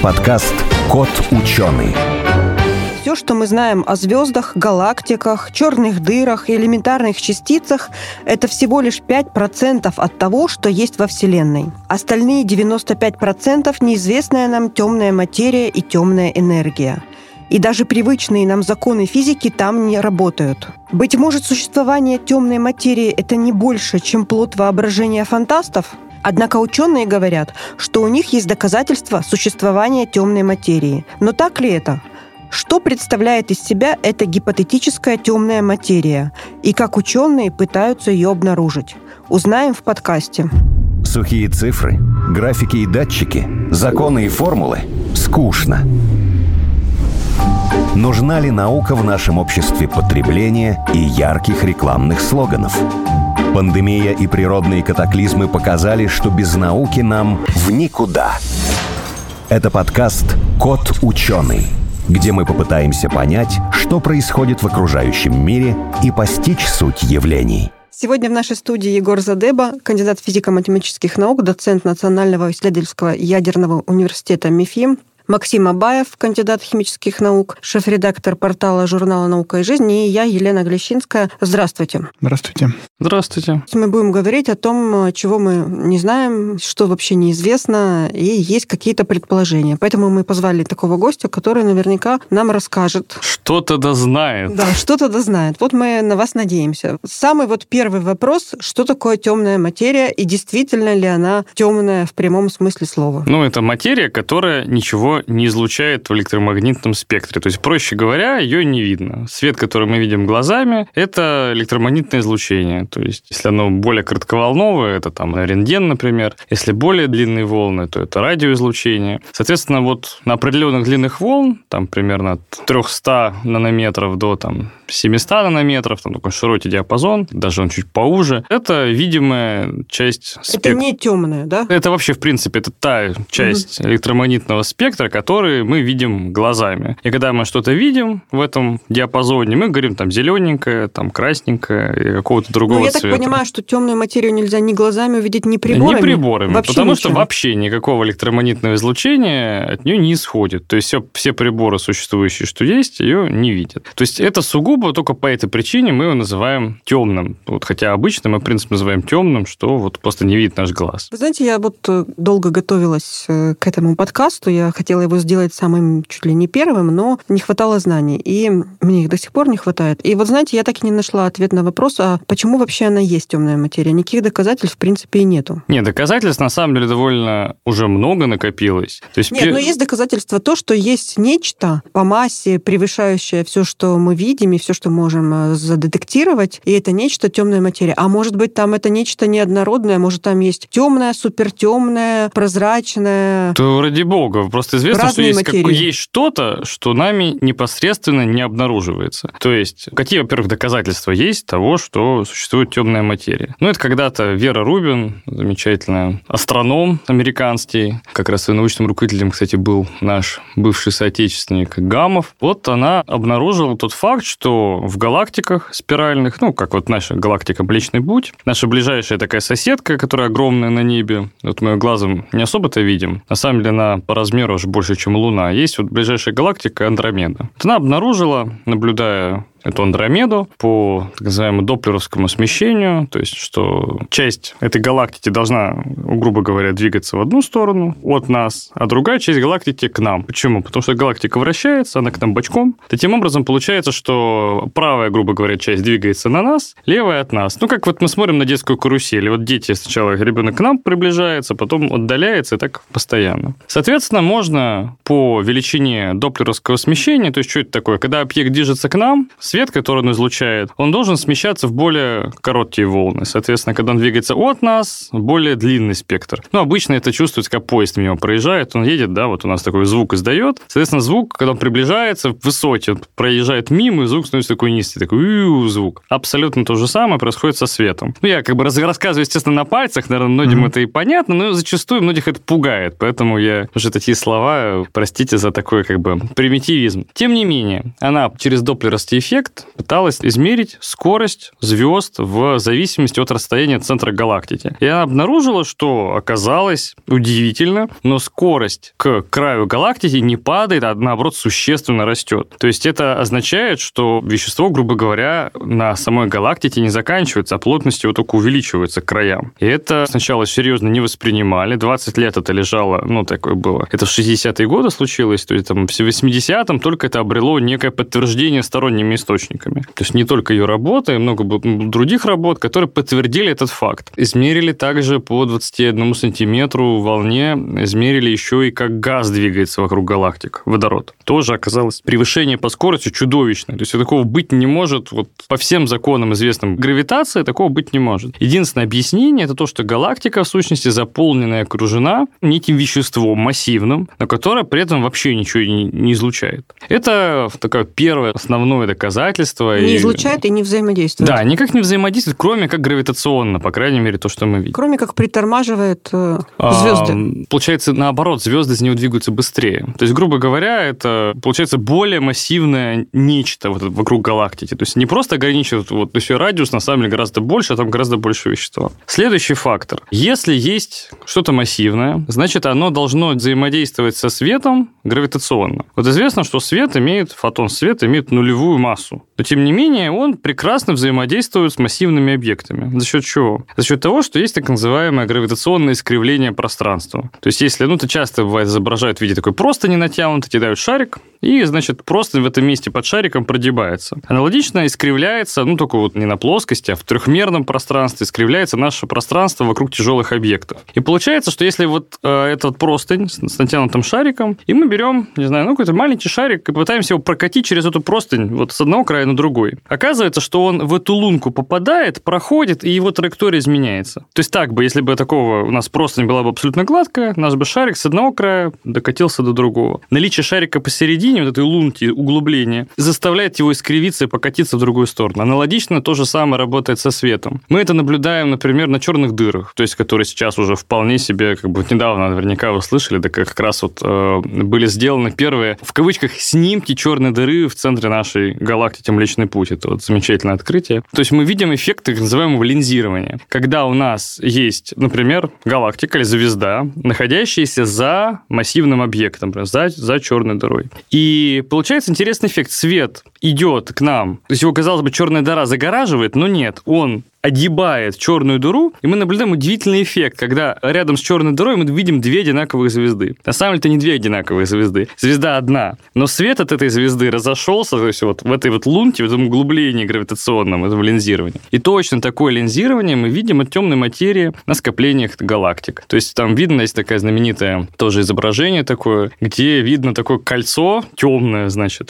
подкаст «Кот ученый». Все, что мы знаем о звездах, галактиках, черных дырах и элементарных частицах, это всего лишь 5% от того, что есть во Вселенной. Остальные 95% неизвестная нам темная материя и темная энергия. И даже привычные нам законы физики там не работают. Быть может, существование темной материи – это не больше, чем плод воображения фантастов? Однако ученые говорят, что у них есть доказательства существования темной материи. Но так ли это? Что представляет из себя эта гипотетическая темная материя? И как ученые пытаются ее обнаружить? Узнаем в подкасте. Сухие цифры, графики и датчики, законы и формулы – скучно. Нужна ли наука в нашем обществе потребления и ярких рекламных слоганов? Пандемия и природные катаклизмы показали, что без науки нам в никуда. Это подкаст «Кот ученый», где мы попытаемся понять, что происходит в окружающем мире и постичь суть явлений. Сегодня в нашей студии Егор Задеба, кандидат физико-математических наук, доцент Национального исследовательского ядерного университета МИФИ, Максим Абаев, кандидат химических наук, шеф-редактор портала журнала «Наука и жизнь», и я, Елена Глещинская. Здравствуйте. Здравствуйте. Здравствуйте. Мы будем говорить о том, чего мы не знаем, что вообще неизвестно, и есть какие-то предположения. Поэтому мы позвали такого гостя, который наверняка нам расскажет. Что-то да знает. Да, что-то да знает. Вот мы на вас надеемся. Самый первый вопрос, что такое темная материя, и действительно ли она темная в прямом смысле слова? Это материя, которая ничего не излучает в электромагнитном спектре. То есть, проще говоря, ее не видно. Свет, который мы видим глазами, это электромагнитное излучение. То есть, если оно более коротковолновое, это рентген, например. Если более длинные волны, то это радиоизлучение. Соответственно, на определенных длинных волн, примерно от 300 нанометров до 700 нанометров, такой широкий диапазон, даже он чуть поуже, это видимая часть спектра. Это не темная, да? Это вообще, в принципе, это та часть электромагнитного спектра, который мы видим глазами. И когда мы что-то видим в этом диапазоне, мы говорим зелененькое, красненькое и какого-то другого цвета. Я так понимаю, что темную материю нельзя ни глазами увидеть, ни приборами? Ни приборами, вообще потому ничего. Что вообще никакого электромагнитного излучения от нее не исходит. То есть все приборы, существующие, что есть, ее не видят. То есть это сугубо только по этой причине мы его называем темным. Хотя обычно мы, в принципе, называем темным, что просто не видит наш глаз. Вы знаете, я долго готовилась к этому подкасту, я хотела его сделать самым чуть ли не первым, но не хватало знаний, и мне их до сих пор не хватает. И знаете, я так и не нашла ответ на вопрос, а почему вообще она есть темная материя? Никаких доказательств, в принципе, и нету. Нет, доказательств, на самом деле, довольно уже много накопилось. То есть... Нет, но есть доказательства то, что есть нечто по массе, превышающее все, что мы видим, и все, что можем задетектировать, и это нечто темная материя. А может быть, там это нечто неоднородное, может, там есть темная, супертемная, прозрачная. То ради бога, просто известно, что есть что-то, что нами непосредственно не обнаруживается. То есть, какие, во-первых, доказательства есть того, что существует темная материя? Это когда-то Вера Рубин, замечательная астроном американский, как раз и научным руководителем, кстати, был наш бывший соотечественник Гамов. Она обнаружила тот факт, что в галактиках спиральных, как наша галактика Млечный Путь, наша ближайшая такая соседка, которая огромная на небе, мы глазом не особо-то видим, на самом деле она по размеру уже больше, чем Луна. Есть ближайшая галактика Андромеда. Она обнаружила, наблюдая эту Андромеду по так называемому доплеровскому смещению, то есть, что часть этой галактики должна, грубо говоря, двигаться в одну сторону от нас, а другая часть галактики к нам. Почему? Потому что галактика вращается, она к нам бочком. Таким образом, получается, что правая, грубо говоря, часть двигается на нас, левая от нас. Как мы смотрим на детскую карусель. Дети сначала, ребенок к нам приближается, потом отдаляется, и так постоянно. Соответственно, можно по величине доплеровского смещения, то есть, что это такое? Когда объект движется к нам, свет, который он излучает, он должен смещаться в более короткие волны. Соответственно, когда он двигается от нас, более длинный спектр. Обычно это чувствуется, как поезд мимо проезжает, он едет, у нас такой звук издает. Соответственно, звук, когда он приближается в высоте, он проезжает мимо, и звук становится такой низкий, такой звук. Абсолютно то же самое происходит со светом. Я рассказываю, естественно, на пальцах, наверное, многим это и понятно, но зачастую многих это пугает, поэтому я уже такие слова, простите за такой примитивизм. Тем не менее, она через доплеровский эффект проект пыталась измерить скорость звезд в зависимости от расстояния от центра галактики. И она обнаружила, что оказалось удивительно, но скорость к краю галактики не падает, а наоборот существенно растет. То есть это означает, что вещество, грубо говоря, на самой галактике не заканчивается, а плотность его только увеличивается к краям. И это сначала серьезно не воспринимали. 20 лет это лежало, такое было. Это в 60-е годы случилось, то есть там в 80-м только это обрело некое подтверждение сторонними источниками. То есть не только ее работа, и много других работ, которые подтвердили этот факт. Измерили также по 21 сантиметру волне, измерили еще и как газ двигается вокруг галактик, водород. Тоже оказалось превышение по скорости чудовищное. То есть такого быть не может, по всем законам известным гравитации такого быть не может. Единственное объяснение – это то, что галактика, в сущности, заполнена и окружена неким веществом массивным, но которое при этом вообще ничего не излучает. Это такое первое основное доказательство. Не излучает и не взаимодействует. Да, никак не взаимодействует, кроме как гравитационно, по крайней мере, то, что мы видим. Кроме как притормаживает звезды. Получается, наоборот, звезды из него двигаются быстрее. То есть, грубо говоря, это, получается, более массивное нечто вокруг галактики. То есть, не просто ограничивает, то есть, радиус, на самом деле, гораздо больше, а там гораздо больше вещества. Следующий фактор. Если есть что-то массивное, значит, оно должно взаимодействовать со светом гравитационно. Известно, что фотон света имеет нулевую массу. Но, тем не менее, он прекрасно взаимодействует с массивными объектами. За счет чего? За счет того, что есть так называемое гравитационное искривление пространства. То есть, если, это часто бывает изображают в виде такой простыни натянутой, кидают шарик, и, значит, простынь в этом месте под шариком прогибается. Аналогично искривляется, только не на плоскости, а в трехмерном пространстве искривляется наше пространство вокруг тяжелых объектов. И получается, что если этот простынь с натянутым шариком, и мы берем, какой-то маленький шарик и пытаемся его прокатить через эту простынь с одного края на другой. Оказывается, что он в эту лунку попадает, проходит, и его траектория изменяется. То есть так бы, если бы у нас простынь была бы абсолютно гладкая, наш бы шарик с одного края докатился до другого. Наличие шарика посередине, этой лунки, углубления, заставляет его искривиться и покатиться в другую сторону. Аналогично то же самое работает со светом. Мы это наблюдаем, например, на черных дырах, то есть которые сейчас уже вполне себе, недавно наверняка вы слышали, да как раз были сделаны первые, в кавычках, снимки черной дыры в центре нашей галактики Млечный Путь. Это замечательное открытие. То есть мы видим эффект так называемого линзирования. Когда у нас есть, например, галактика или звезда, находящаяся за массивным объектом, за черной дырой. И получается интересный эффект. Свет идет к нам. То есть его, казалось бы, черная дыра загораживает, но нет, он огибает черную дыру, и мы наблюдаем удивительный эффект, когда рядом с черной дырой мы видим две одинаковых звезды. На самом деле это не две одинаковые звезды. Звезда одна, но свет от этой звезды разошелся, то есть в этой лунке, в этом углублении гравитационном, этом линзировании. И точно такое линзирование мы видим от темной материи на скоплениях галактик. То есть там видно, есть такое знаменитое тоже изображение такое, где видно такое кольцо темное,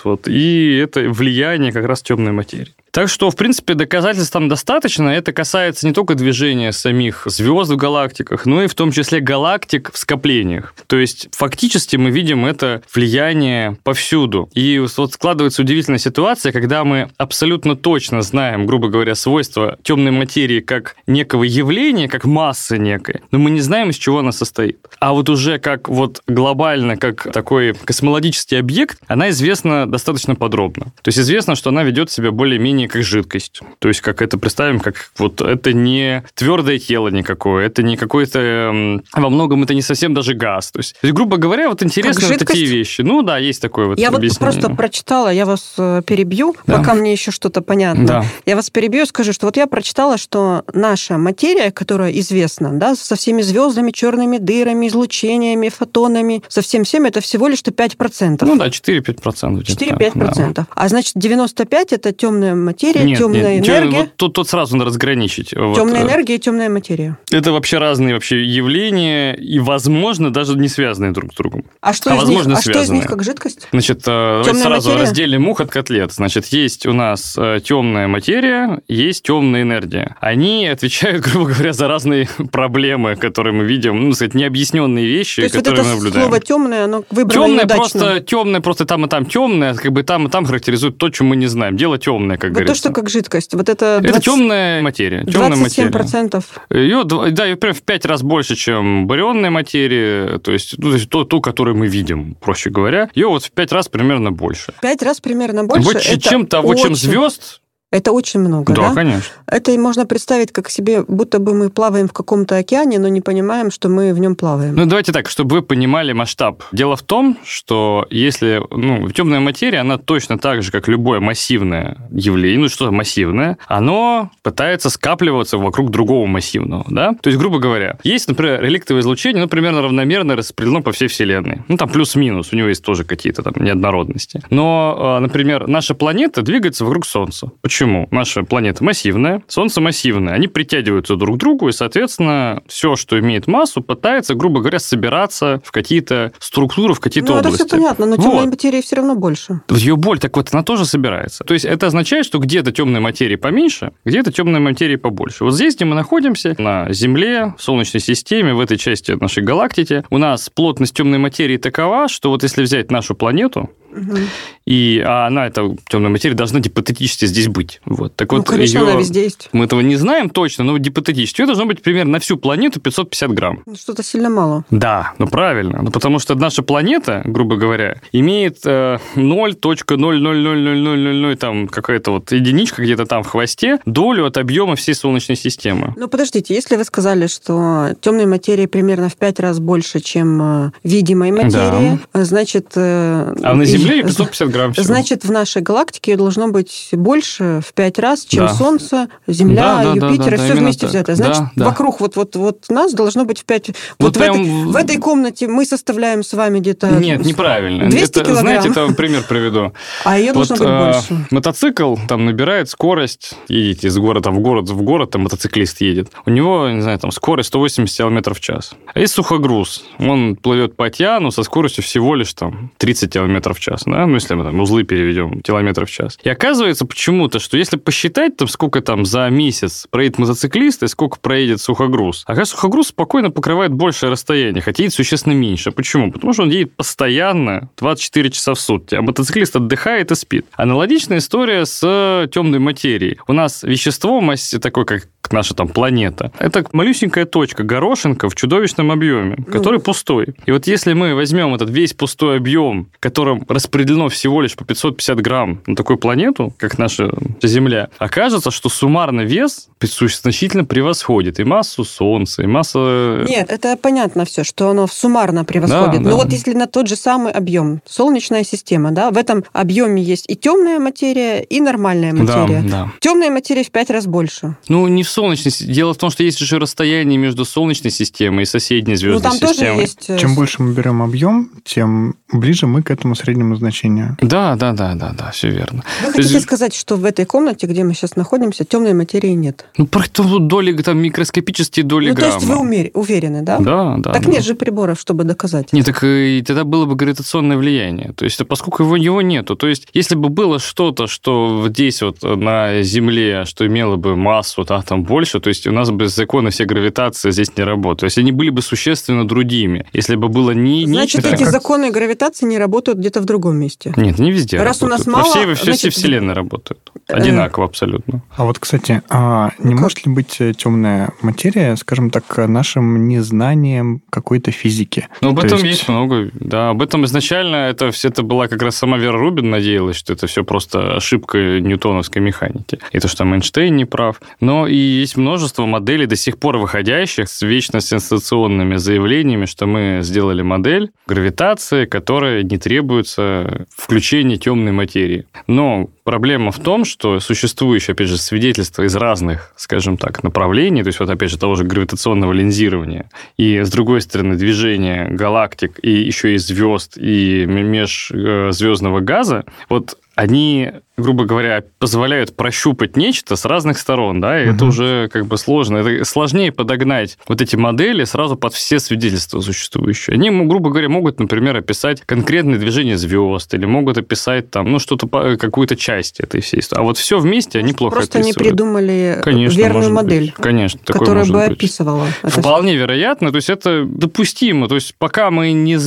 и это влияние как раз темной материи. Так что, в принципе, доказательств там достаточно. Это касается не только движения самих звезд в галактиках, но и в том числе галактик в скоплениях. То есть, фактически мы видим это влияние повсюду. И складывается удивительная ситуация, когда мы абсолютно точно знаем, грубо говоря, свойства темной материи как некого явления, как массы некой, но мы не знаем, из чего она состоит. А уже как глобально, как такой космологический объект, она известна достаточно подробно. То есть, известно, что она ведет себя более-менее как жидкость. То есть, как это представим, как это не твердое тело никакое, это не какой-то... Во многом это не совсем даже газ. То есть грубо говоря, интересны такие вещи. Да, есть такое объяснение. Я просто прочитала, я вас перебью, пока мне еще что-то понятно. Да. Я вас перебью и скажу, что я прочитала, что наша материя, которая известна, со всеми звездами, черными дырами, излучениями, фотонами, со всем это всего лишь 5%. 4-5%. 4-5%. Да. А значит, 95% это темная материя, темная энергия. Тут сразу надо разграничить. Темная энергия и темная материя. Это вообще разные явления, и, возможно, даже не связанные друг с другом. А что из них как жидкость? Значит, давайте сразу разделим мух от котлет. Значит, есть у нас темная материя, есть темная энергия. Они отвечают, грубо говоря, за разные проблемы, которые мы видим, необъясненные вещи, которые мы наблюдаем. Слово темное, оно выбрано неудачно. Темное просто там и там темное, там и там характеризует то, что мы не знаем. Дело темное, как говорится. говорится. То, что как жидкость. Вот это темная материя. 27%. Ее прям в 5 раз больше, чем барионная материя, то есть ту, которую мы видим, проще говоря. Ее вот в 5 раз примерно больше. 5 раз примерно больше. Чем того, чем звезд. Это очень много, да? Да, конечно. Это можно представить как себе, будто бы мы плаваем в каком-то океане, но не понимаем, что мы в нем плаваем. Ну, давайте так, чтобы вы понимали масштаб. Дело в том, что если темная материя, она точно так же, как любое массивное явление, что-то массивное, оно пытается скапливаться вокруг другого массивного, да? То есть, грубо говоря, есть, например, реликтовое излучение, примерно равномерно распределено по всей Вселенной. Там плюс-минус, у него есть тоже какие-то там неоднородности. Но, например, наша планета двигается вокруг Солнца. Почему? Наша планета массивная, Солнце массивное. Они притягиваются друг к другу, и, соответственно, все, что имеет массу, пытается, грубо говоря, собираться в какие-то структуры, в какие-то области. Это все понятно, но темной материи все равно больше. Ее боль, так вот, она тоже собирается. То есть это означает, что где-то темной материи поменьше, где-то темной материи побольше. Вот здесь, где мы находимся, на Земле, в Солнечной системе, в этой части нашей галактики, у нас плотность темной материи такова, что вот если взять нашу планету, она, эта темная материя, должна гипотетически здесь быть. Вот. Так вот, конечно, она везде есть. Мы этого не знаем точно, но гипотетически. Ее должно быть примерно на всю планету 550 грамм. Что-то сильно мало. Да, правильно. Потому что наша планета, грубо говоря, имеет 0,00000 там какая-то вот единичка где-то там в хвосте, долю от объема всей Солнечной системы. Ну, подождите, если вы сказали, что темной материи примерно в 5 раз больше, чем видимой материи, значит... А на Земле 550 грамм всего. Значит, в нашей галактике ее должно быть больше в 5 раз, чем Солнце, Земля, Юпитер, все вместе взято. Значит, вокруг вот нас должно быть в 5... Вот в этой комнате мы составляем с вами где-то... Нет, неправильно. 200 килограмм. Знаете, это пример приведу. А ее должно быть больше. Мотоцикл там набирает скорость, едете из города в город, там мотоциклист едет. У него, не знаю, там скорость 180 км в час. А есть сухогруз. Он плывет по океану со скоростью всего лишь там 30 км в час. Да? Если мы там узлы переведем, километров в час. И оказывается почему-то, что если посчитать, там, сколько там за месяц проедет мотоциклист и сколько проедет сухогруз, сухогруз спокойно покрывает большее расстояние, хотя едет существенно меньше. Почему? Потому что он едет постоянно 24 часа в сутки, а мотоциклист отдыхает и спит. Аналогичная история с темной материей. У нас вещество такое, как наша там планета, это малюсенькая точка, горошинка в чудовищном объеме, который пустой. И вот если мы возьмем этот весь пустой объем, которым распределено всего лишь по 550 грамм на такую планету, как наша Земля, окажется, что суммарно вес значительно превосходит и массу Солнца, и массу... Нет, это понятно все, что оно суммарно превосходит. Но вот если на тот же самый объем, Солнечная система, да, в этом объеме есть и темная материя, и нормальная материя. Да. Темная материя в 5 раз больше. Не в Солнечной системе. Дело в том, что есть же расстояние между Солнечной системой и соседней звездной системой. Есть... Чем больше мы берем объем, тем ближе мы к этому среднему значению. Да, все верно. Вы хотите сказать, что в этой комнате, где мы сейчас находимся, темной материи нет? Доли, там, микроскопические доли грамма. То есть вы уверены, да? Да. Так нет же приборов, чтобы доказать. Нет, так и тогда было бы гравитационное влияние. То есть, поскольку его нету, то есть, если бы было что-то, что здесь вот на Земле, что имело бы массу, там больше, то есть, у нас бы законы всей гравитации здесь не работают. То есть, они были бы существенно другими. Если бы было Значит, эти законы гравитации не работают где-то в другом месте? Нет, не везде. Раз работают. У нас мало... Во всей Вселенной работают. Одинаково абсолютно. А вот, кстати, не может ли быть темная материя, скажем так, нашим незнанием какой-то физики? Об этом есть много. Да, об этом изначально это была как раз сама Вера Рубин надеялась, что это все просто ошибка ньютоновской механики. И то, что там Эйнштейн не прав. Но и есть множество моделей, до сих пор выходящих, с вечно сенсационными заявлениями, что мы сделали модель гравитации, которая не требуется включения темной материи. Но проблема в том, что существующие, опять же, свидетельства из разных, скажем так, направлений, то есть вот опять же того же гравитационного линзирования, и с другой стороны движения галактик, и еще и звезд, и межзвездного газа, вот они, грубо говоря, позволяют прощупать нечто с разных сторон, да, и это уже как бы сложно. Это сложнее подогнать вот эти модели сразу под все свидетельства существующие. Они, грубо говоря, могут, например, описать конкретное движение звезд или могут описать там, что-то, какую-то часть части этой всей истории. А вот все вместе они плохо просто описывают. Просто не придумали верную модель, которая бы описывала. Вполне вероятно. То есть это допустимо. То есть пока мы не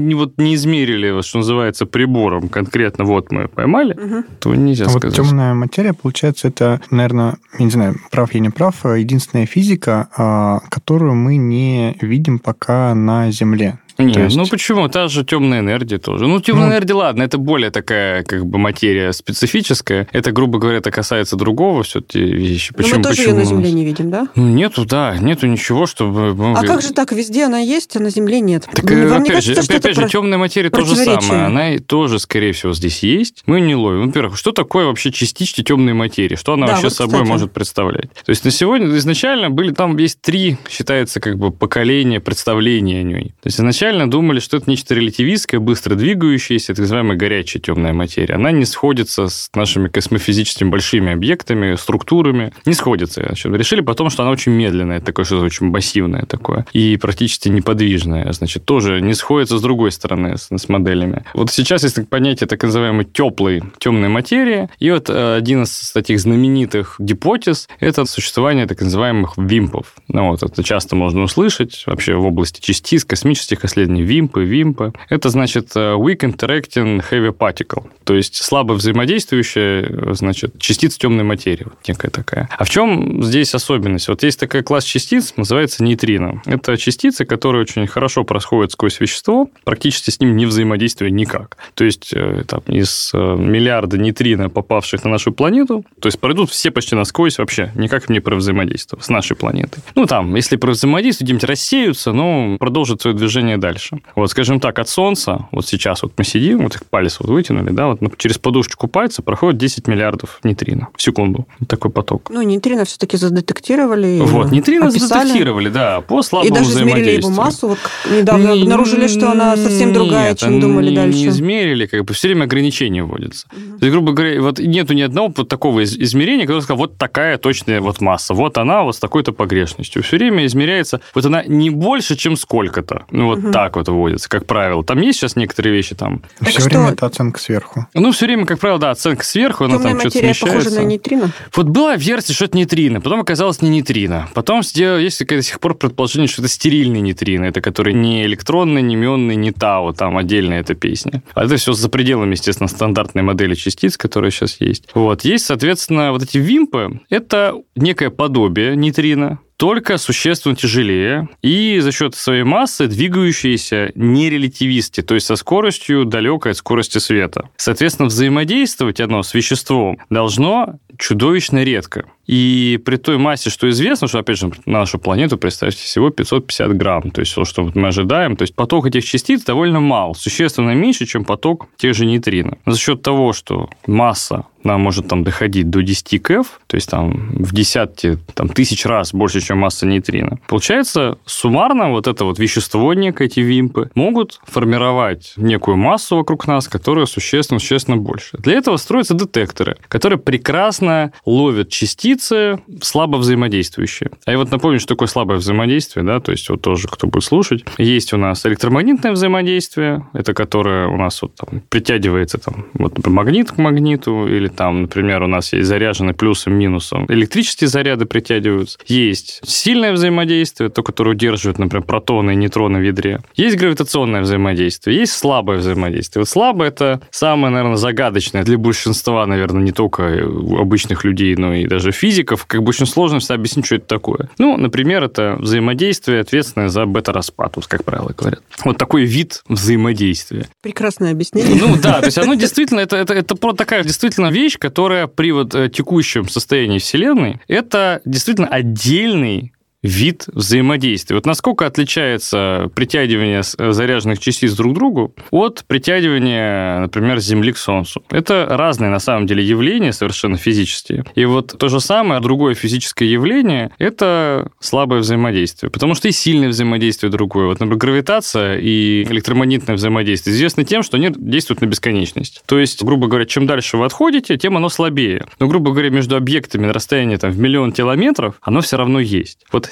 измерили, что называется, прибором конкретно, вот мы поймали, то нельзя сказать. Вот темная материя, получается, это, наверное, я не знаю, прав я не прав, единственная физика, которую мы не видим пока на Земле. Нет, ну почему? Та же темная энергия тоже. Ну, темная энергия, ладно, это более такая, как бы, материя специфическая. Это, грубо говоря, это касается другого все-таки вещи. Почему? Но мы тоже ее на Земле не видим, да? Ну, нету ничего, чтобы... А как же так? Везде она есть, а на Земле нет. Так, опять же, темная материя то же самое. Она тоже, скорее всего, здесь есть. Мы ее не ловим. Во-первых, что такое вообще частички темной материи? Что она вообще собой может представлять? То есть на сегодня изначально были, там есть 3, считается, как бы, поколения представления о ней. То есть изначально думали, что это нечто релятивистское, быстро двигающееся, так называемая горячая темная материя. Она не сходится с нашими космофизическими большими объектами, структурами. Не сходится. Решили потом, что она очень медленная, такое что-то очень массивное такое, и практически неподвижное. Значит, тоже не сходится с другой стороны, с моделями. Вот сейчас есть понятие так называемой теплой темной материи, и вот один из таких знаменитых гипотез – это существование так называемых вимпов. Ну, вот это часто можно услышать вообще в области частиц, космических исследований. Вимпы. Это значит weak interacting heavy particle, то есть слабо взаимодействующая, значит, частица темной материи, вот некая такая. А в чем здесь особенность? Вот есть такой класс частиц, называется нейтрино. Это частицы, которые очень хорошо проходят сквозь вещество, практически с ним не взаимодействуя никак. То есть там, из миллиарда нейтрино, попавших на нашу планету, то есть пройдут все почти насквозь вообще, никак не провзаимодействуют с нашей планетой. Ну, там, если провзаимодействуют, где-нибудь рассеются, но продолжат свое движение дальше. Вот, скажем так, от Солнца, вот сейчас вот мы сидим, вот их палец вот вытянули, да, вот через подушечку пальца проходит 10 миллиардов нейтрино в секунду. Такой поток. Ну, нейтрино все-таки задетектировали. Вот, нейтрино задетектировали, да, по слабому взаимодействию. И даже измерили его массу. Вот недавно обнаружили, что она совсем другая, чем думали дальше. Не измерили, как бы все время ограничения вводятся. То есть, грубо говоря, вот нету ни одного вот такого измерения, которое сказал, вот такая точная вот масса, вот она вот с такой-то погрешностью. Все время измеряется, вот она не больше, чем сколько-то. Ну, вот так вот вводится, как правило. Там есть сейчас некоторые вещи там. Все время это оценка сверху. Ну, все время, как правило, да, оценка сверху, она там что-то смещается. Похожа на нейтрино? Вот была версия, что это нейтрино, потом оказалось не нейтрино. Потом есть до сих пор предположение, что это стерильный нейтрино, это который не электронный, не мионный, не тау, там отдельная эта песня. А это все за пределами, естественно, стандартной модели частиц, которые сейчас есть. Вот. Есть, соответственно, вот эти вимпы, это некое подобие нейтрино, только существенно тяжелее и за счет своей массы двигающиеся нерелятивисти, то есть со скоростью далекой от скорости света. Соответственно, взаимодействовать оно с веществом должно чудовищно редко. И при той массе, что известно, что, опять же, на нашу планету, представьте, всего 550 грамм, то есть то, что мы ожидаем, то есть поток этих частиц довольно мал, существенно меньше, чем поток тех же нейтрино. За счет того, что масса она может там доходить до 10 КФ, то есть там в десятки тысяч раз больше, чем масса нейтрино. Получается, суммарно вот это вот вещество некое, эти вимпы, могут формировать некую массу вокруг нас, которая существенно больше. Для этого строятся детекторы, которые прекрасно ловят частицы, слабо взаимодействующие. А я вот напомню, что такое слабое взаимодействие, да, то есть вот тоже, кто будет слушать. Есть у нас электромагнитное взаимодействие, это которое у нас вот там притягивается там, вот, например, магнит к магниту, или там, например, у нас есть заряженный плюсом, минусом. Электрические заряды притягиваются. Есть сильное взаимодействие, то, которое удерживает, например, протоны и нейтроны в ядре. Есть гравитационное взаимодействие, есть слабое взаимодействие. Вот слабое – это самое, наверное, загадочное для большинства, наверное, не только обычных людей, но и даже физиков. Как бы очень сложно объяснить, что это такое. Ну, например, это взаимодействие, ответственное за бета-распад, вот, как правило говорят. Вот такой вид взаимодействия. Прекрасное объяснение. Ну да, то есть оно действительно, это такая действительно вещь, которая при вот текущем состоянии Вселенной, это действительно отдельный вид взаимодействия. Вот насколько отличается притягивание заряженных частиц друг к другу от притягивания, например, Земли к Солнцу. Это разные, на самом деле, явления совершенно физические. И вот то же самое, другое физическое явление – это слабое взаимодействие. Потому что и сильное взаимодействие другое. Вот, например, гравитация и электромагнитное взаимодействие известны тем, что они действуют на бесконечность. То есть, грубо говоря, чем дальше вы отходите, тем оно слабее. Но, грубо говоря, между объектами на расстоянии в 1 000 000 километров оно все равно есть. Вот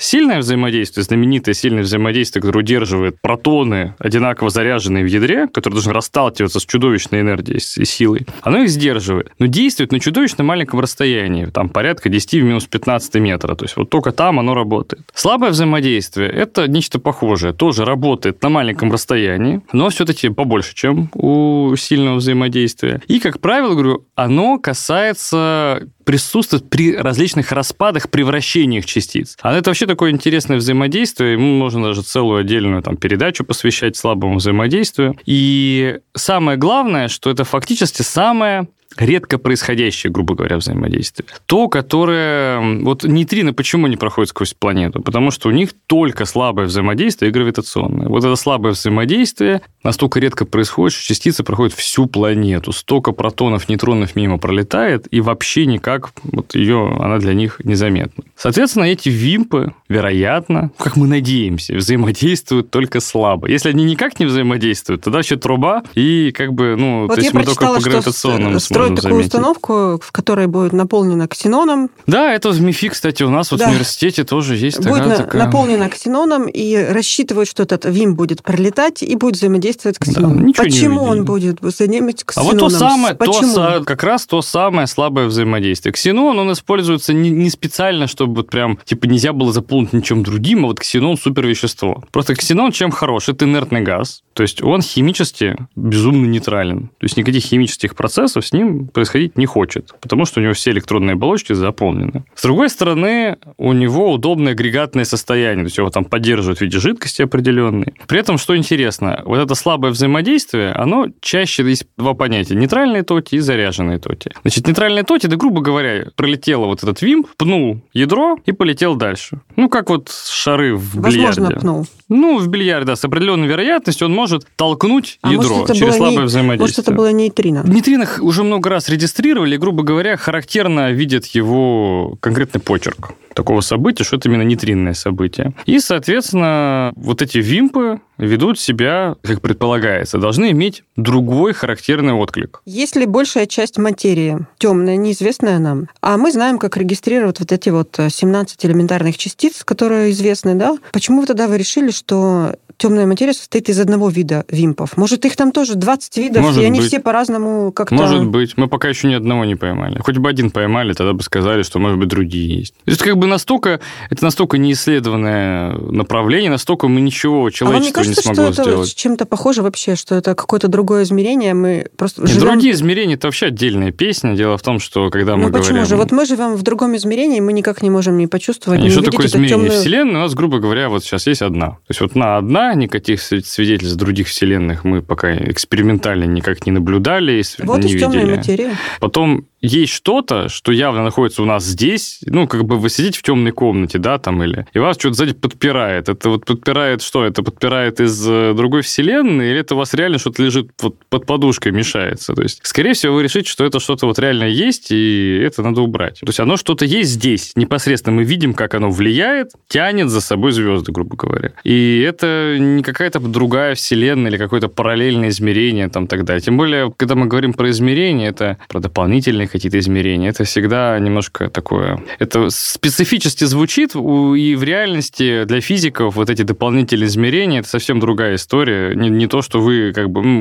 сильное взаимодействие, знаменитое сильное взаимодействие, которое удерживает протоны, одинаково заряженные в ядре, которые должны расталкиваться с чудовищной энергией и силой, оно их сдерживает. Но действует на чудовищно маленьком расстоянии, там порядка 10 в минус 15 метра. То есть вот только там оно работает. Слабое взаимодействие – это нечто похожее. Тоже работает на маленьком расстоянии, но все-таки побольше, чем у сильного взаимодействия. И, как правило, говорю, оно касается присутствует при различных распадах, превращениях частиц. А это вообще такое интересное взаимодействие, ему можно даже целую отдельную там передачу посвящать слабому взаимодействию. И самое главное, что это фактически самое редко происходящее, грубо говоря, взаимодействие. То, которое... Вот нейтрино почему не проходят сквозь планету? Потому что у них только слабое взаимодействие и гравитационное. Вот это слабое взаимодействие настолько редко происходит, что частицы проходят всю планету. Столько протонов, нейтронов мимо пролетает, и вообще никак вот она для них незаметна. Соответственно, эти вимпы, вероятно, как мы надеемся, взаимодействуют только слабо. Если они никак не взаимодействуют, тогда вообще труба, и как бы, вот то есть мы только по гравитационному сможем такую заметить. Установку, в которой будет наполнена ксеноном. Да, это в МИФИ, кстати, у нас вот в университете тоже есть будет наполнена ксеноном, и рассчитывают, что этот вим будет пролетать и будет взаимодействовать с ксеноном. Да, почему он будет взаимодействовать с ксеноном? А вот как раз то самое слабое взаимодействие. Ксенон, он используется не специально, чтобы вот прям, типа, нельзя было заполнить ничем другим, а вот ксенон – супервещество. Просто ксенон чем хорош? Это инертный газ, то есть он химически безумно нейтрален. То есть никаких химических процессов с ним происходить не хочет, потому что у него все электронные оболочки заполнены. С другой стороны, у него удобное агрегатное состояние, то есть его там поддерживают в виде жидкости определенной. При этом, что интересно, вот это слабое взаимодействие, оно чаще есть два понятия – нейтральные тоти и заряженные тоти. Значит, нейтральные тоти, да, грубо говоря, пролетело вот этот вимп, пнул ядро и полетел дальше. Ну, как вот шары в бильярде. Возможно, пнул. Ну, в бильярде, да, с определенной вероятностью он может толкнуть ядро через слабое взаимодействие. Может, это было нейтрино? В нейтрино уже много раз регистрировали, и, грубо говоря, характерно видят его конкретный почерк такого события, что это именно нейтринное событие. И, соответственно, вот эти вимпы ведут себя, как предполагается, должны иметь другой характерный отклик. Если большая часть материи темная, неизвестная нам, а мы знаем, как регистрировать вот эти вот 17 элементарных частиц, которые известны, да, почему тогда вы решили, что темная материя состоит из одного вида вимпов? Может, их там тоже 20 видов, может и они быть. все по-разному как-то... Может быть. Мы пока еще ни одного не поймали. Хоть бы один поймали, тогда бы сказали, что, может быть, другие есть. То есть, как бы настолько неисследованное направление, настолько мы ничего человеческого не смогло сделать. Что это чем-то похоже вообще, что это какое-то другое измерение, мы просто живем... Другие измерения – это вообще отдельная песня. Дело в том, что когда мы говорим... почему же? Вот мы живем в другом измерении, мы никак не можем ни почувствовать, ни что увидеть такое эту измерение темную... Вселенной? У нас, грубо говоря, вот сейчас есть одна. То есть, вот одна, никаких свидетельств других вселенных мы пока экспериментально никак не наблюдали и вот не видели. Вот темная материя. Потом есть что-то, что явно находится у нас здесь, ну, как бы вы сидите в темной комнате, да, там, и вас что-то сзади подпирает. Это вот подпирает что? Это подпирает из другой вселенной, или это у вас реально что-то лежит вот под подушкой, мешается? То есть, скорее всего, вы решите, что это что-то вот реально есть, и это надо убрать. То есть, оно что-то есть здесь, непосредственно мы видим, как оно влияет, тянет за собой звезды, грубо говоря. И это не какая-то другая вселенная или какое-то параллельное измерение, там, так далее. Тем более, когда мы говорим про измерения, это про дополнительные какие-то измерения. Это всегда немножко такое... Это специфически звучит, и в реальности для физиков вот эти дополнительные измерения – это совсем другая история. Не то, что вы,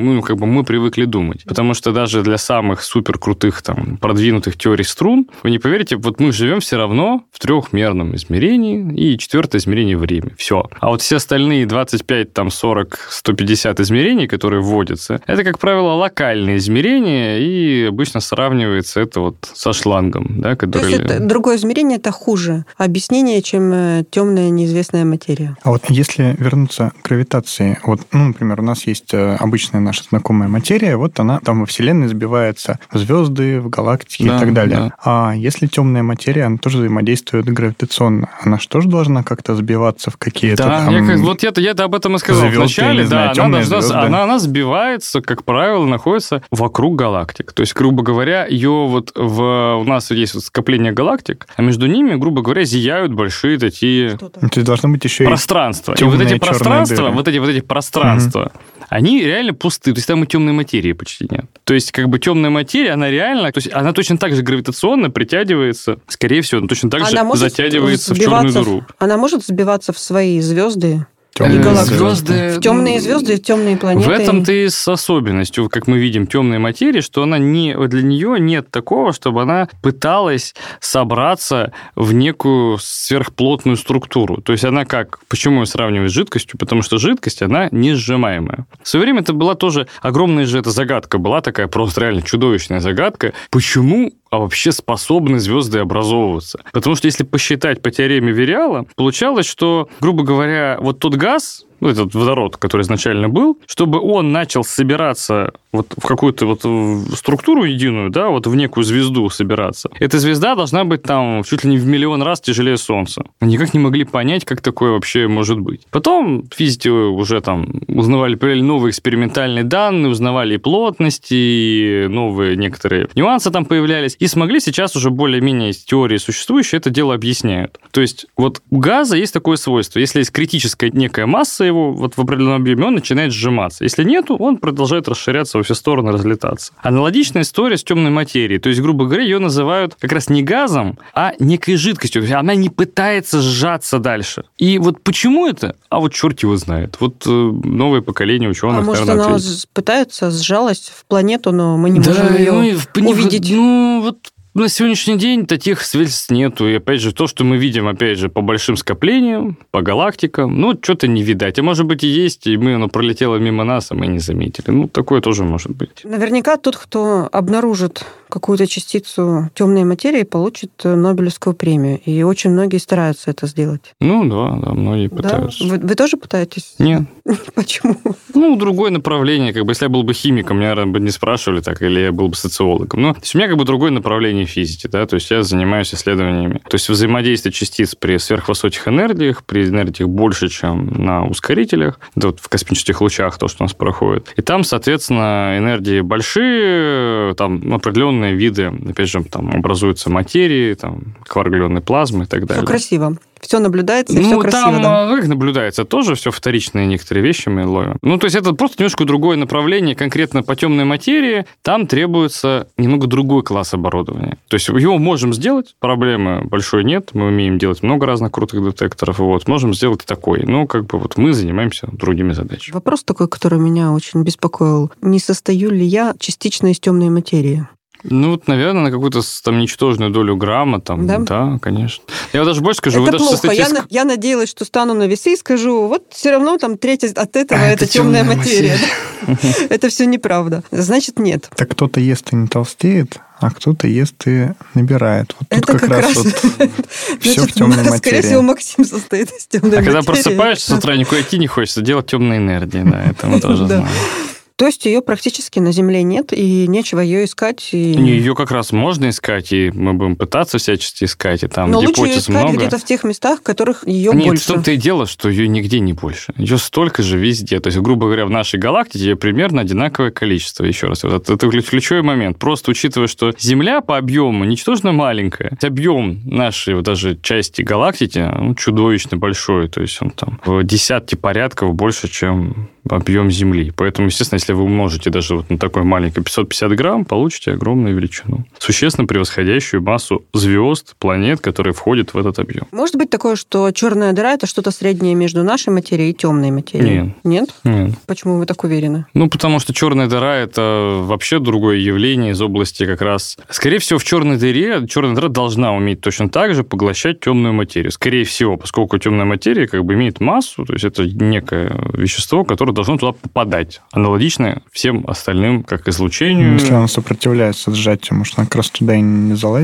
мы привыкли думать. Потому что даже для самых суперкрутых, там, продвинутых теорий струн, вы не поверите, вот мы живем все равно в трехмерном измерении, и четвертое измерение – время. Все. А вот все остальные 25, там, 40, 150 измерений, которые вводятся, это, как правило, локальные измерения, и обычно сравнивается это вот со шлангом, да, который... То есть другое измерение – это хуже объяснение, чем темная неизвестная материя. А вот если вернуться к гравитации, вот, например, у нас есть обычная наша знакомая материя, вот она там во Вселенной сбивается в звезды, в галактики и так далее. Да. А если темная материя, она тоже взаимодействует гравитационно, она же тоже должна как-то сбиваться в какие-то... Да, там... я об этом и сказал вначале. Да, она сбивается, как правило, находится вокруг галактик. То есть, грубо говоря, у нас есть скопление галактик, а между ними, грубо говоря, зияют большие такие пространства. И вот эти пространства, они реально пусты. То есть там и темной материи почти нет. То есть как бы темная материя, она реально... То есть она точно так же гравитационно притягивается, скорее всего, точно так же затягивается в черную дыру. Она может сбиваться в свои звезды? Звезды... В темные звезды, в темные планеты. В этом-то и с особенностью, как мы видим, темной материи, что она для нее нет такого, чтобы она пыталась собраться в некую сверхплотную структуру. То есть она почему ее сравнивают с жидкостью? Потому что жидкость, она не сжимаемая. В свое время это была тоже огромная же эта загадка, была такая просто реально чудовищная загадка. Почему вообще способны звезды образовываться? Потому что если посчитать по теореме Вириала, получалось, что, грубо говоря, вот тот газ, этот водород, который изначально был, чтобы он начал собираться вот в какую-то вот структуру единую, да, вот в некую звезду собираться. Эта звезда должна быть там чуть ли не в миллион раз тяжелее Солнца. Никак не могли понять, как такое вообще может быть. Потом физики уже там узнавали, появились новые экспериментальные данные, узнавали и плотности, и новые некоторые нюансы там появлялись, и смогли сейчас уже более-менее из теории существующей это дело объясняют. То есть вот у газа есть такое свойство. Если есть критическая некая масса его вот в определенном объеме, он начинает сжиматься. Если нету, он продолжает расширяться во все стороны, разлетаться. Аналогичная история с темной материей. То есть, грубо говоря, ее называют как раз не газом, а некой жидкостью. Она не пытается сжаться дальше. И вот почему это? А вот черт его знает. Вот новое поколение ученых, наверное, ответит. Может, она пытается, сжалась в планету, но мы не можем ее увидеть. На сегодняшний день таких свидетельств нету. И, опять же, то, что мы видим, опять же, по большим скоплениям, по галактикам, что-то не видать. А может быть, и есть, и оно пролетело мимо нас, а мы не заметили. Такое тоже может быть. Наверняка тот, кто обнаружит какую-то частицу темной материи, получит Нобелевскую премию. И очень многие стараются это сделать. Да, многие пытаются. Вы тоже пытаетесь? Нет. Почему? Другое направление. Если я был бы химиком, меня, наверное, бы не спрашивали так, или я был бы социологом. То есть у меня другое направление физики, да, то есть я занимаюсь исследованиями. То есть взаимодействие частиц при сверхвысоких энергиях, при энергиях больше, чем на ускорителях, в космических лучах, то, что у нас проходит. И там, соответственно, энергии большие, там определенные виды, опять же, там образуются материи, там кваргленные плазмы и так далее. Все красиво. Все наблюдается, и все красиво. Там, как наблюдается, тоже все вторичные некоторые вещи мы ловим. То есть это просто немножко другое направление, конкретно по темной материи, там требуется немного другой класс оборудования. То есть его можем сделать, проблемы большой нет, мы умеем делать много разных крутых детекторов, можем сделать такой. Мы занимаемся другими задачами. Вопрос такой, который меня очень беспокоил. Не состою ли я частично из темной материи? Наверное, на какую-то там ничтожную долю грамма. Там, да, конечно. Я даже больше скажу. Это плохо. Я надеялась, что стану на весы и скажу, все равно там треть от этого это темная материя. Это все неправда. Значит, нет. Так кто-то ест и не толстеет, а кто-то ест и набирает. Вот тут как раз все в темной материи. Скорее всего, Максим состоит из темной материи. А когда просыпаешься с утра, никуда идти не хочется, делать темной энергии. Да, это мы тоже знаем. То есть ее практически на Земле нет, и нечего ее искать. Ее как раз можно искать, и мы будем пытаться всячески искать, и там но гипотез лучше искать много. Где-то в тех местах, в которых ее больше. Нет, в том-то и дело, что ее нигде не больше. Ее столько же везде. То есть, грубо говоря, в нашей галактике ее примерно одинаковое количество. Еще раз, это ключевой момент. Просто учитывая, что Земля по объему ничтожно маленькая. Объем нашей даже части галактики чудовищно большой. То есть он там в десятки порядков больше, чем объем Земли. Поэтому, естественно, если вы умножите даже на такой маленький 550 грамм, получите огромную величину, существенно превосходящую массу звезд, планет, которые входят в этот объем. Может быть такое, что черная дыра – это что-то среднее между нашей материей и темной материей? Нет? Нет. Почему вы так уверены? Потому что черная дыра – это вообще другое явление из области как раз... Скорее всего, в черной дыра должна уметь точно так же поглощать темную материю. Скорее всего, поскольку темная материя имеет массу, то есть это некое вещество, которое должно туда попадать. Аналогично всем остальным, как излучению. Если она сопротивляется сжатию, может, она как раз туда и не залазит?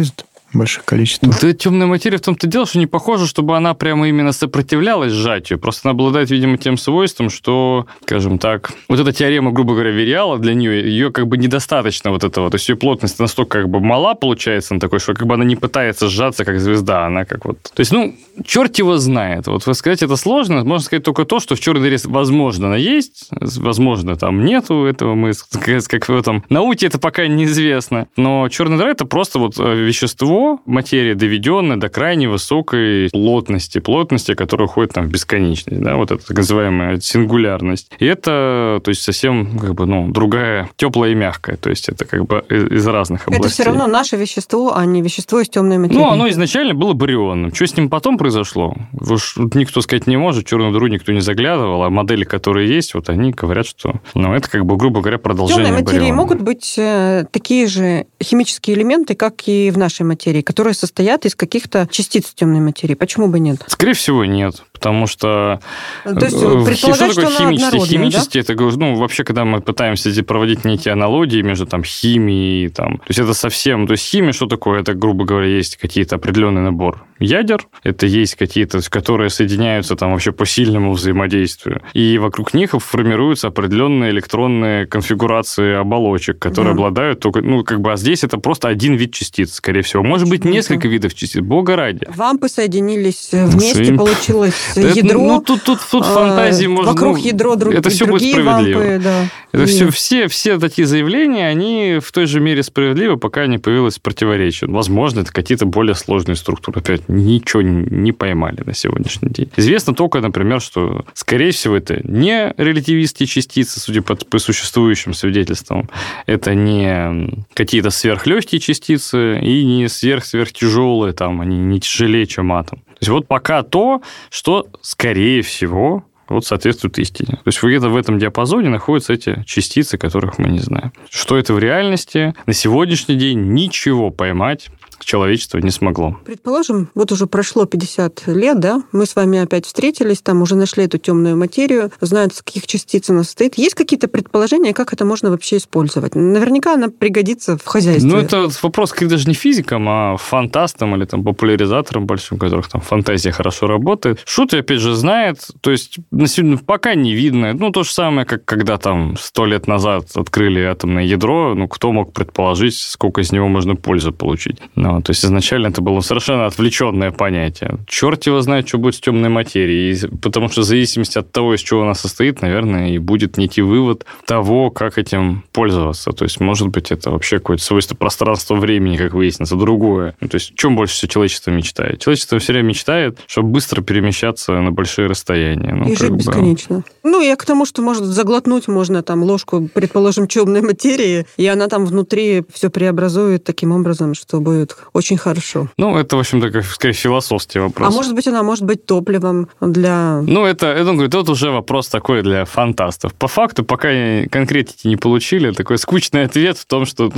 больших количествах. Да, темная материя в том-то дело, что не похоже, чтобы она прямо именно сопротивлялась сжатию. Просто она обладает, видимо, тем свойством, что, скажем так, вот эта теорема, грубо говоря, Вериала, для нее ее как бы недостаточно вот этого. То есть ее плотность настолько как бы мала получается, она такой, что как бы она не пытается сжаться, как звезда. Она как вот... То есть, черт его знает. Вот сказать это сложно. Можно сказать только то, что в черной дыре, возможно, она есть, возможно, там нету этого. Мы, как в этом науке, это пока неизвестно. Но черная дыра – это просто вот вещество, материя, доведенная до крайне высокой плотности, которая уходит там в бесконечность, да, вот эта так называемая сингулярность. И это, то есть, совсем как бы, другая, теплая и мягкая, то есть, это как бы из разных областей. Это все равно наше вещество, а не вещество из темной материи. Оно изначально было барионным. Что с ним потом произошло? Уж никто сказать не может, в черную дыру никто не заглядывал, а модели, которые есть, вот они говорят, что, это как бы, грубо говоря, продолжение бариона. В темной материи могут быть такие же химические элементы, как и в нашей материи, которые состоят из каких-то частиц темной материи. Почему бы нет? Скорее всего, нет. Потому что... То есть, предполагать, что она однородная, химически, да? Это, вообще, когда мы пытаемся проводить некие аналогии между химией и то есть, это совсем... То есть, химия, что такое? Это, грубо говоря, есть какие-то определенный набор ядер, это есть какие-то, которые соединяются вообще по сильному взаимодействию, и вокруг них формируются определенные электронные конфигурации оболочек, которые обладают только... а здесь это просто один вид частиц, скорее всего. Может быть, несколько видов частиц, бога ради. Вампы соединились вместе, получилось ядро. Тут фантазии можно... Вокруг ядро это все будет справедливо. Вампы, да. Это все такие заявления, они в той же мере справедливы, пока не появилось противоречие. Возможно, это какие-то более сложные структуры. Опять, ничего не поймали на сегодняшний день. Известно только, например, что, скорее всего, это не релятивистские частицы, судя по существующим свидетельствам. Это не какие-то сверхлегкие частицы и не сверхтяжелые, они не тяжелее, чем атом. То есть, вот пока то, что, скорее всего, соответствует истине. То есть, где-то в этом диапазоне находятся эти частицы, которых мы не знаем. Что это в реальности? На сегодняшний день ничего поймать человечество не смогло. Предположим, вот уже прошло 50 лет, да, мы с вами опять встретились, уже нашли эту темную материю, знают, из каких частиц она состоит. Есть какие-то предположения, как это можно вообще использовать? Наверняка она пригодится в хозяйстве. Это вопрос даже не физикам, а фантастам или популяризаторам большим, у которых фантазия хорошо работает. Шут, опять же, знает, то есть пока не видно. То же самое, как когда 100 лет назад открыли атомное ядро, кто мог предположить, сколько из него можно пользы получить? То есть, изначально это было совершенно отвлеченное понятие. Черт его знает, что будет с темной материей. Потому что в зависимости от того, из чего она состоит, наверное, и будет некий вывод того, как этим пользоваться. То есть, может быть, это вообще какое-то свойство пространства-времени, как выяснится, другое. То есть, чем больше всего человечество мечтает? Человечество все время мечтает, чтобы быстро перемещаться на большие расстояния. И жить бесконечно. Я к тому, что, может, заглотнуть можно ложку, предположим, темной материи, и она внутри все преобразует таким образом, что будет очень хорошо. Это, в общем-то, скорее философский вопрос. А может быть, она может быть топливом для... Это уже вопрос такой для фантастов. По факту, пока конкретики не получили, такой скучный ответ в том, что,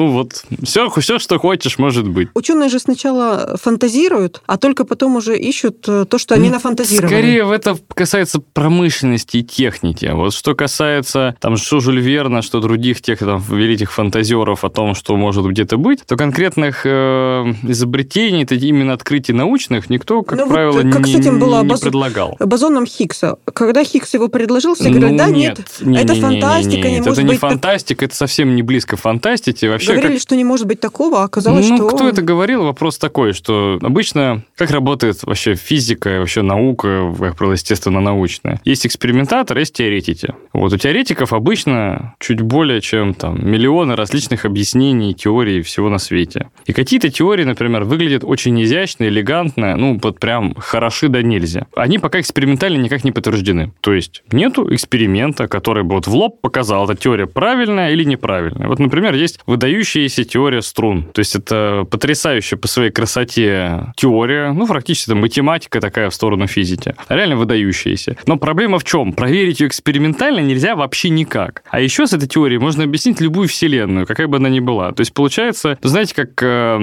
все, что хочешь, может быть. Ученые же сначала фантазируют, а только потом уже ищут то, что они нафантазировали. Скорее, это касается промышленности и техники. Вот что касается, что Жюль Верна, что других тех великих фантазеров о том, что может где-то быть, то конкретных изобретений, это именно открытий научных, никто, как правило, не предлагал. Бозоном Хиггса. Когда Хиггс его предложил, все говорят, нет, это фантастика, не может быть... Это не фантастика, это совсем не близко к фантастике. Вообще, говорили, что не может быть такого, а оказалось, что... кто это говорил? Вопрос такой, что обычно, как работает вообще физика, вообще наука, как правило, естественно-научная. Есть экспериментатор, есть теоретики. У теоретиков обычно чуть более чем миллионы различных объяснений, теорий всего на свете. И какие-то теории, например, выглядят очень изящно, элегантно, прям хороши да нельзя. Они пока экспериментально никак не подтверждены. То есть, нету эксперимента, который бы в лоб показал, эта теория правильная или неправильная. Например, есть выдающаяся теория струн. То есть, это потрясающая по своей красоте теория, практически математика такая в сторону физики. Реально выдающаяся. Но проблема в чем? Проверить ее экспериментально нельзя вообще никак. А еще с этой теорией можно объяснить любую вселенную, какая бы она ни была. То есть, получается, знаете, как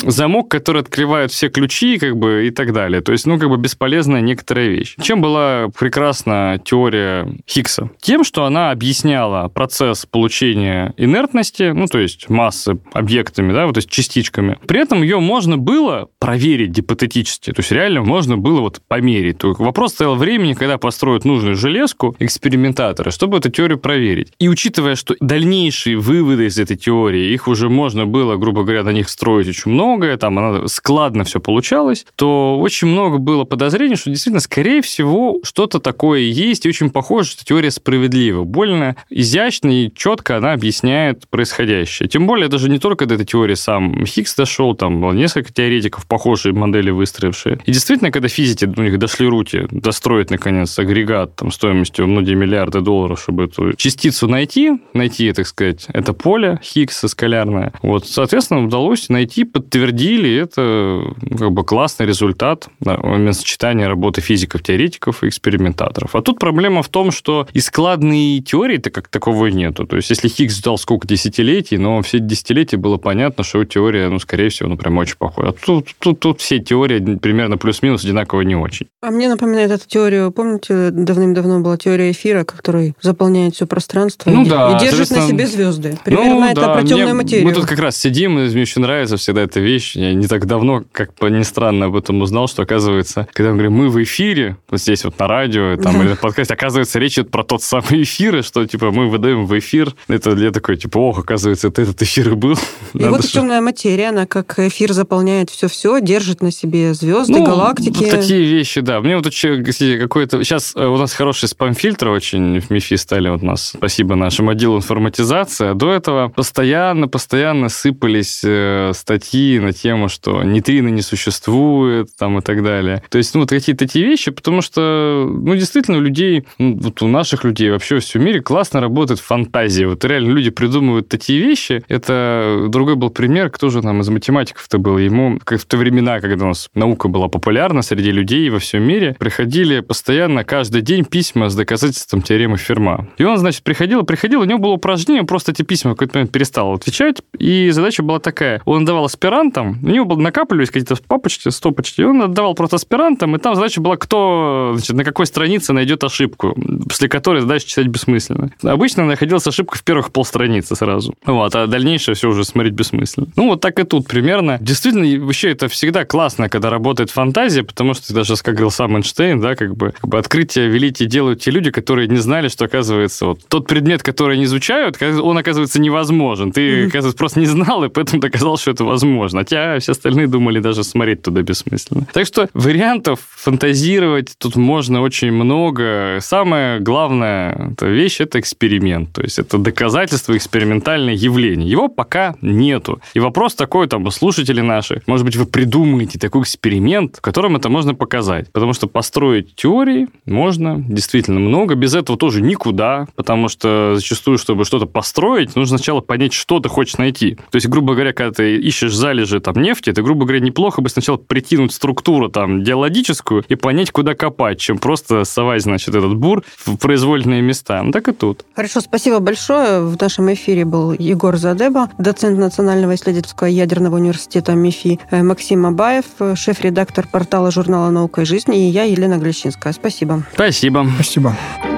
замок, который открывает все ключи, как бы, и так далее. То есть, как бы бесполезная некоторая вещь. Чем была прекрасна теория Хиггса? Тем, что она объясняла процесс получения инертности, то есть массы объектами, да, то есть частичками. При этом ее можно было проверить гипотетически. То есть, реально можно было померить. Только вопрос стоял времени, когда построят нужную железку экспериментаторы, чтобы эту теорию проверить. И учитывая, что дальнейшие выводы из этой теории, их уже можно было, грубо говоря, на них строить очень многое, там она складно все получалось, то очень много было подозрений, что действительно, скорее всего, что-то такое есть, и очень похоже, что теория справедлива. Больно изящно и четко она объясняет происходящее. Тем более, даже не только до этой теории сам Хиггс дошел, там было несколько теоретиков, похожие модели выстроившие. И действительно, когда физики у них дошли руки достроить, наконец, агрегат стоимостью многие миллиарды долларов, чтобы эту частицу найти, так сказать, это поле Хиггса скалярное, соответственно, удалось найти, подтвердили, это классный результат сочетания работы физиков, теоретиков и экспериментаторов. А тут проблема в том, что и складной теории-то как таковой нету. То есть, если Хиггс ждал сколько десятилетий, но все десятилетия было понятно, что теория, скорее всего, прям очень похожа. А тут все теории примерно плюс-минус одинаково не очень. А мне напоминает эту теорию, помните, давным-давно была теория эфира, который заполняет все пространство и держит на себе звезды. Примерно это про темную материю. Мы тут как раз сидим, и мне очень нравится всегда эта вещь. Я не так давно, как ни странно, об этом узнал, что, оказывается, когда мы говорим, мы в эфире, здесь на радио или на подкасте, оказывается, речь идет про тот самый эфир, что, мы выдаем в эфир. Это я такой, оказывается, это этот эфир и был. И темная материя, она как эфир заполняет все-все, держит на себе звезды, галактики. Такие вещи, да. Мне какой-то... Сейчас у нас хороший спам-фильтр очень в МИФИ стали у нас. Спасибо нашему отделу информатизации. А до этого постоянно сыпались статьи на тему, что нейтрино не существует, и так далее. То есть, какие-то эти вещи, потому что, действительно, у людей, у наших людей вообще во всем мире классно работает фантазия. Реально люди придумывают такие вещи. Это другой был пример, кто же из математиков-то был. Ему, как в те времена, когда у нас наука была популярна среди людей во всем мире, приходили постоянно каждый день письма с доказательством теоремы Ферма. И он, приходил, у него было упражнение, он просто эти письма в какой-то момент перестал отвечать, и задача была такая. Он отдавал аспирантам, у него накапливались какие-то папочки, стопочки, и он отдавал просто аспирантам, и там задача была, кто, на какой странице найдет ошибку, после которой задача читать бессмысленно. Обычно находилась ошибка в первых полстраницы сразу. А дальнейшее все уже смотреть бессмысленно. Так и тут примерно. Действительно, вообще это всегда классно, когда работает фантазия, потому что даже, как говорил сам Эйнштейн, да, открытие великие делают те люди, которые не знали, что, оказывается, тот предмет, который они изучают, он, оказывается, невозможен. Ты, оказывается, просто не знал, и поэтому доказал, что это возможно. Хотя все остальные думали даже смотреть туда бессмысленно. Так что вариантов фантазировать тут можно очень много. Самая главная вещь – это эксперимент. То есть это доказательство, экспериментальное явление. Его пока нету. И вопрос такой, слушатели наши, может быть, вы придумаете такой эксперимент, в котором это можно показать. Потому что построить теории можно действительно много. Без этого тоже никуда, потому что зачастую, чтобы что-то построить, нужно сначала понять, что ты хочешь найти. То есть, грубо говоря, когда ты ищешь залежи нефти, это, грубо говоря, неплохо бы сначала прикинуть структуру геологическую и понять, куда копать, чем просто совать, этот бур в произвольные места. Так и тут. Хорошо, спасибо большое. В нашем эфире был Егор Задеба, доцент Национального исследовательского ядерного университета МИФИ, Максим Абаев, шеф-редактор портала журнала «Наука и жизнь», и я, Елена Глещинская. Спасибо. Спасибо. Спасибо.